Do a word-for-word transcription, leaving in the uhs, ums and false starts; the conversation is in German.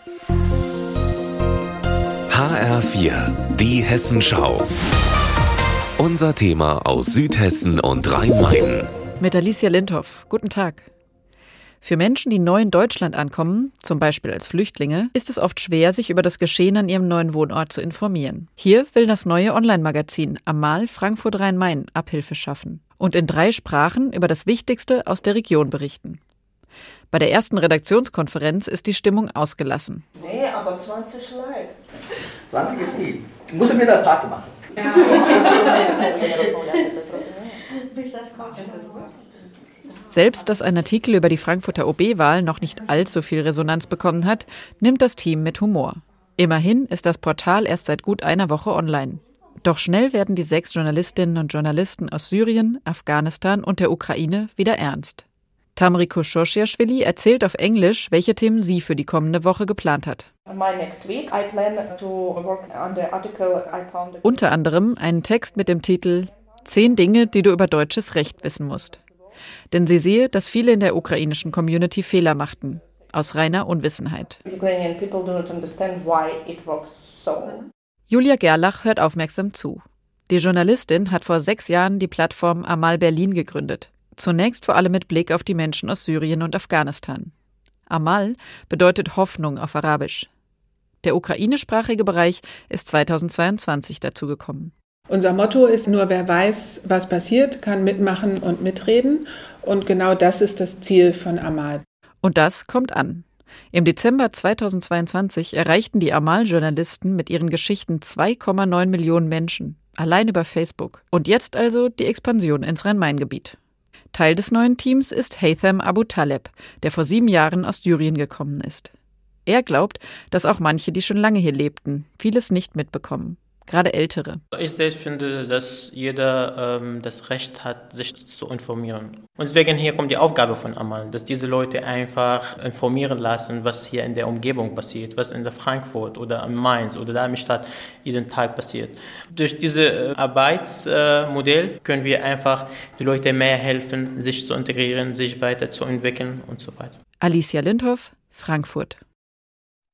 H R vier, die Hessenschau. Unser Thema aus Südhessen und Rhein-Main. Mit Alicia Lindhoff. Guten Tag. Für Menschen, die neu in Deutschland ankommen, zum Beispiel als Flüchtlinge, ist es oft schwer, sich über das Geschehen an ihrem neuen Wohnort zu informieren. Hier will das neue Online-Magazin Amal Frankfurt Rhein-Main Abhilfe schaffen und in drei Sprachen über das Wichtigste aus der Region berichten. Bei der ersten Redaktionskonferenz ist die Stimmung ausgelassen. Nee, aber zwanzig Leute. zwanzig ist viel. Ich muss mir eine Party machen. Selbst, dass ein Artikel über die Frankfurter O B-Wahl noch nicht allzu viel Resonanz bekommen hat, nimmt das Team mit Humor. Immerhin ist das Portal erst seit gut einer Woche online. Doch schnell werden die sechs Journalistinnen und Journalisten aus Syrien, Afghanistan und der Ukraine wieder ernst. Tamriko Shoshiashvili erzählt auf Englisch, welche Themen sie für die kommende Woche geplant hat. Unter anderem einen Text mit dem Titel Zehn Dinge, die du über deutsches Recht wissen musst. Denn sie sehe, dass viele in der ukrainischen Community Fehler machten, aus reiner Unwissenheit. Julia Gerlach hört aufmerksam zu. Die Journalistin hat vor sechs Jahren die Plattform Amal Berlin gegründet. Zunächst vor allem mit Blick auf die Menschen aus Syrien und Afghanistan. Amal bedeutet Hoffnung auf Arabisch. Der ukrainischsprachige Bereich ist zweitausendzweiundzwanzig dazugekommen. Unser Motto ist, nur wer weiß, was passiert, kann mitmachen und mitreden. Und genau das ist das Ziel von Amal. Und das kommt an. Im Dezember zweitausendzweiundzwanzig erreichten die Amal-Journalisten mit ihren Geschichten zwei Komma neun Millionen Menschen, allein über Facebook. Und jetzt also die Expansion ins Rhein-Main-Gebiet. Teil des neuen Teams ist Haytham Abu Taleb, der vor sieben Jahren aus Syrien gekommen ist. Er glaubt, dass auch manche, die schon lange hier lebten, vieles nicht mitbekommen. Gerade Ältere. Ich selbst finde, dass jeder ähm, das Recht hat, sich zu informieren. Und deswegen hier kommt die Aufgabe von Amal, dass diese Leute einfach informieren lassen, was hier in der Umgebung passiert, was in der Frankfurt oder in Mainz oder Darmstadt jeden Tag passiert. Durch dieses äh, Arbeitsmodell äh, können wir einfach die Leute mehr helfen, sich zu integrieren, sich weiterzuentwickeln und so weiter. Alicia Lindhoff, Frankfurt.